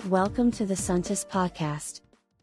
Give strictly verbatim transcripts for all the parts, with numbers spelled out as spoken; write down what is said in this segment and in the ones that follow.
Welcome to the Santis Podcast.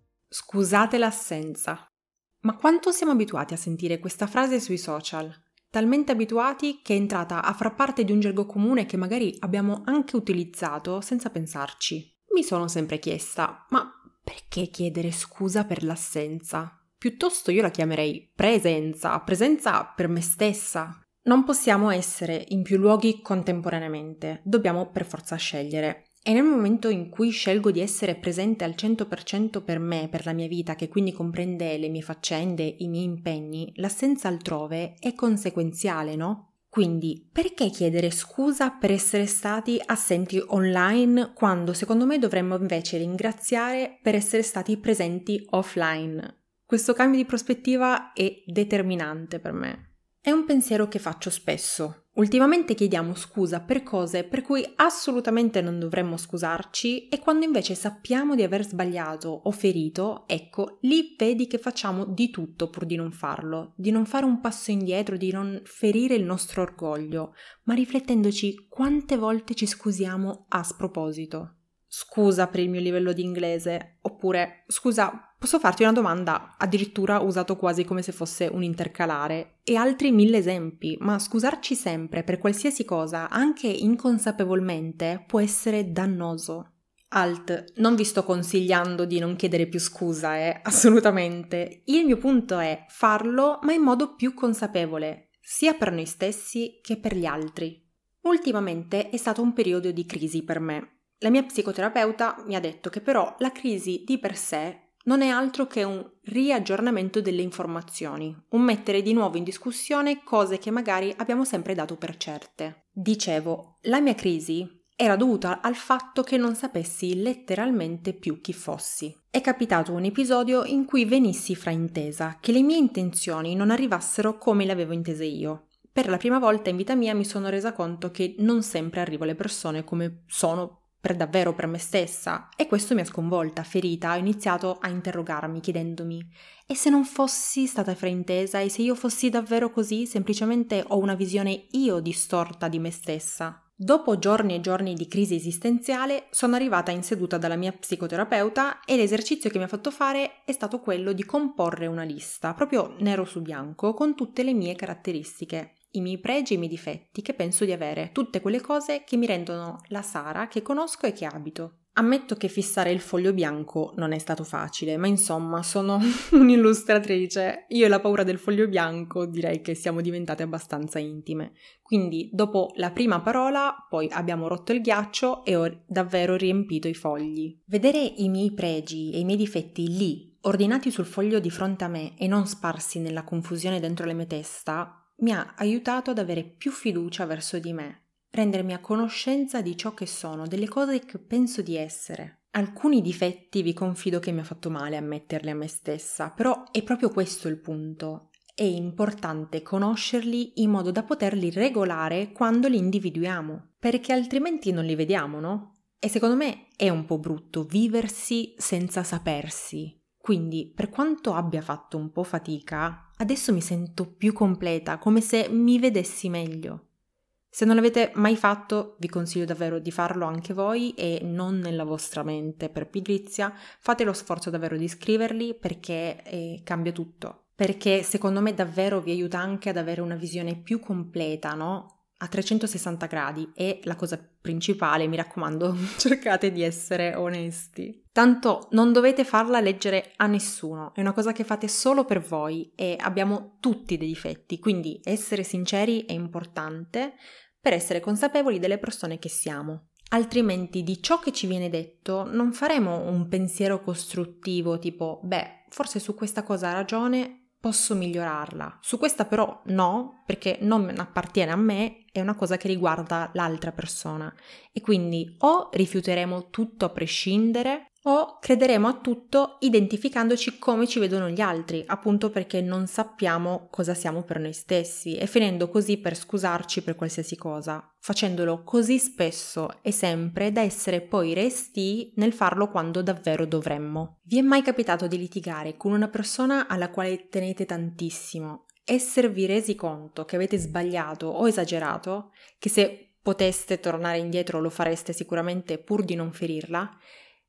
Scusate l'assenza. Ma quanto siamo abituati a sentire questa frase sui social? Talmente abituati che è entrata a far parte di un gergo comune che magari abbiamo anche utilizzato senza pensarci. Mi sono sempre chiesta, ma perché chiedere scusa per l'assenza? Piuttosto io la chiamerei presenza, presenza per me stessa. Non possiamo essere in più luoghi contemporaneamente, dobbiamo per forza scegliere. E nel momento in cui scelgo di essere presente al cento per cento per me, per la mia vita, che quindi comprende le mie faccende, i miei impegni, l'assenza altrove è conseguenziale, no? Quindi, perché chiedere scusa per essere stati assenti online quando secondo me dovremmo invece ringraziare per essere stati presenti offline? Questo cambio di prospettiva è determinante per me. È un pensiero che faccio spesso. Ultimamente chiediamo scusa per cose per cui assolutamente non dovremmo scusarci e quando invece sappiamo di aver sbagliato o ferito, ecco, lì vedi che facciamo di tutto pur di non farlo, di non fare un passo indietro, di non ferire il nostro orgoglio, ma riflettendoci quante volte ci scusiamo a sproposito. Scusa per il mio livello di inglese, oppure scusa, posso farti una domanda? Addirittura usato quasi come se fosse un intercalare. E altri mille esempi, ma scusarci sempre per qualsiasi cosa, anche inconsapevolmente, può essere dannoso. Alt, non vi sto consigliando di non chiedere più scusa, eh, assolutamente. Il mio punto è farlo, ma in modo più consapevole, sia per noi stessi che per gli altri. Ultimamente è stato un periodo di crisi per me. La mia psicoterapeuta mi ha detto che però la crisi di per sé non è altro che un riaggiornamento delle informazioni, un mettere di nuovo in discussione cose che magari abbiamo sempre dato per certe. Dicevo, la mia crisi era dovuta al fatto che non sapessi letteralmente più chi fossi. È capitato un episodio in cui venissi fraintesa, che le mie intenzioni non arrivassero come le avevo intese io. Per la prima volta in vita mia mi sono resa conto che non sempre arrivo alle persone come sono per davvero per me stessa, e questo mi ha sconvolta, ferita. Ho iniziato a interrogarmi chiedendomi: e se non fossi stata fraintesa, e se io fossi davvero così, semplicemente ho una visione io distorta di me stessa? Dopo giorni e giorni di crisi esistenziale sono arrivata in seduta dalla mia psicoterapeuta e l'esercizio che mi ha fatto fare è stato quello di comporre una lista, proprio nero su bianco, con tutte le mie caratteristiche, i miei pregi e i miei difetti che penso di avere, tutte quelle cose che mi rendono la Sara che conosco e che abito. Ammetto che fissare il foglio bianco non è stato facile, ma insomma sono un'illustratrice. Io e la paura del foglio bianco direi che siamo diventate abbastanza intime. Quindi dopo la prima parola poi abbiamo rotto il ghiaccio e ho davvero riempito i fogli. Vedere i miei pregi e i miei difetti lì, ordinati sul foglio di fronte a me e non sparsi nella confusione dentro la mia testa, mi ha aiutato ad avere più fiducia verso di me, rendermi a conoscenza di ciò che sono, delle cose che penso di essere. Alcuni difetti vi confido che mi ha fatto male ammetterli a me stessa, però è proprio questo il punto. È importante conoscerli in modo da poterli regolare quando li individuiamo, perché altrimenti non li vediamo, no? E secondo me è un po' brutto viversi senza sapersi. Quindi, per quanto abbia fatto un po' fatica, adesso mi sento più completa, come se mi vedessi meglio. Se non l'avete mai fatto, vi consiglio davvero di farlo anche voi e non nella vostra mente per pigrizia. Fate lo sforzo davvero di scriverli perché eh, cambia tutto. Perché secondo me davvero vi aiuta anche ad avere una visione più completa, no? A trecentosessanta gradi, e la cosa principale, mi raccomando, cercate di essere onesti. Tanto non dovete farla leggere a nessuno, è una cosa che fate solo per voi e abbiamo tutti dei difetti, quindi essere sinceri è importante per essere consapevoli delle persone che siamo. Altrimenti di ciò che ci viene detto non faremo un pensiero costruttivo tipo, beh, forse su questa cosa ha ragione, posso migliorarla. Su questa però no, perché non appartiene a me, è una cosa che riguarda l'altra persona. E quindi o rifiuteremo tutto a prescindere o crederemo a tutto identificandoci come ci vedono gli altri, appunto perché non sappiamo cosa siamo per noi stessi e finendo così per scusarci per qualsiasi cosa, facendolo così spesso e sempre da essere poi restii nel farlo quando davvero dovremmo. Vi è mai capitato di litigare con una persona alla quale tenete tantissimo, esservi resi conto che avete sbagliato o esagerato, che se poteste tornare indietro lo fareste sicuramente pur di non ferirla,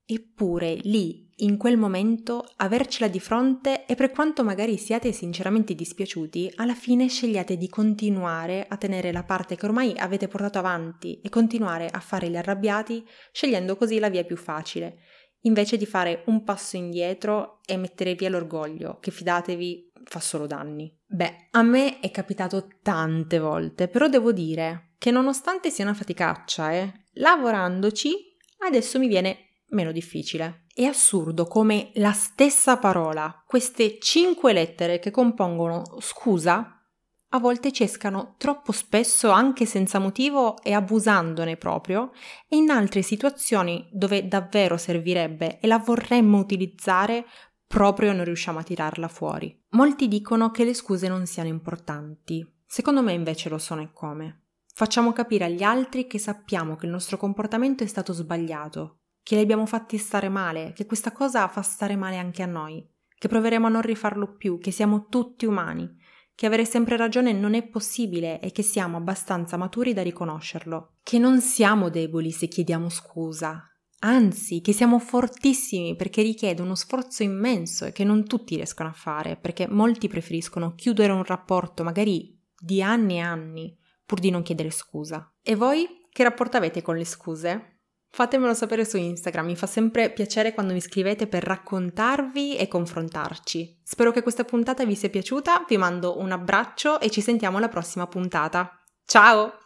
Eppure lì, in quel momento, avercela di fronte e per quanto magari siate sinceramente dispiaciuti, alla fine scegliate di continuare a tenere la parte che ormai avete portato avanti e continuare a fare gli arrabbiati, scegliendo così la via più facile, invece di fare un passo indietro e mettere via l'orgoglio, che fidatevi fa solo danni. Beh, a me è capitato tante volte, però devo dire che nonostante sia una faticaccia, eh, lavorandoci adesso mi viene meno difficile. È assurdo come la stessa parola, queste cinque lettere che compongono scusa, a volte ci escano troppo spesso anche senza motivo e abusandone proprio, e in altre situazioni dove davvero servirebbe e la vorremmo utilizzare proprio non riusciamo a tirarla fuori. Molti dicono che le scuse non siano importanti. Secondo me invece lo sono e come. Facciamo capire agli altri che sappiamo che il nostro comportamento è stato sbagliato, che li abbiamo fatti stare male, che questa cosa fa stare male anche a noi, che proveremo a non rifarlo più, che siamo tutti umani, che avere sempre ragione non è possibile e che siamo abbastanza maturi da riconoscerlo, che non siamo deboli se chiediamo scusa, anzi che siamo fortissimi perché richiede uno sforzo immenso e che non tutti riescono a fare, perché molti preferiscono chiudere un rapporto magari di anni e anni pur di non chiedere scusa. E voi che rapporto avete con le scuse? Fatemelo sapere su Instagram, mi fa sempre piacere quando mi scrivete per raccontarvi e confrontarci. Spero che questa puntata vi sia piaciuta, vi mando un abbraccio e ci sentiamo alla prossima puntata. Ciao!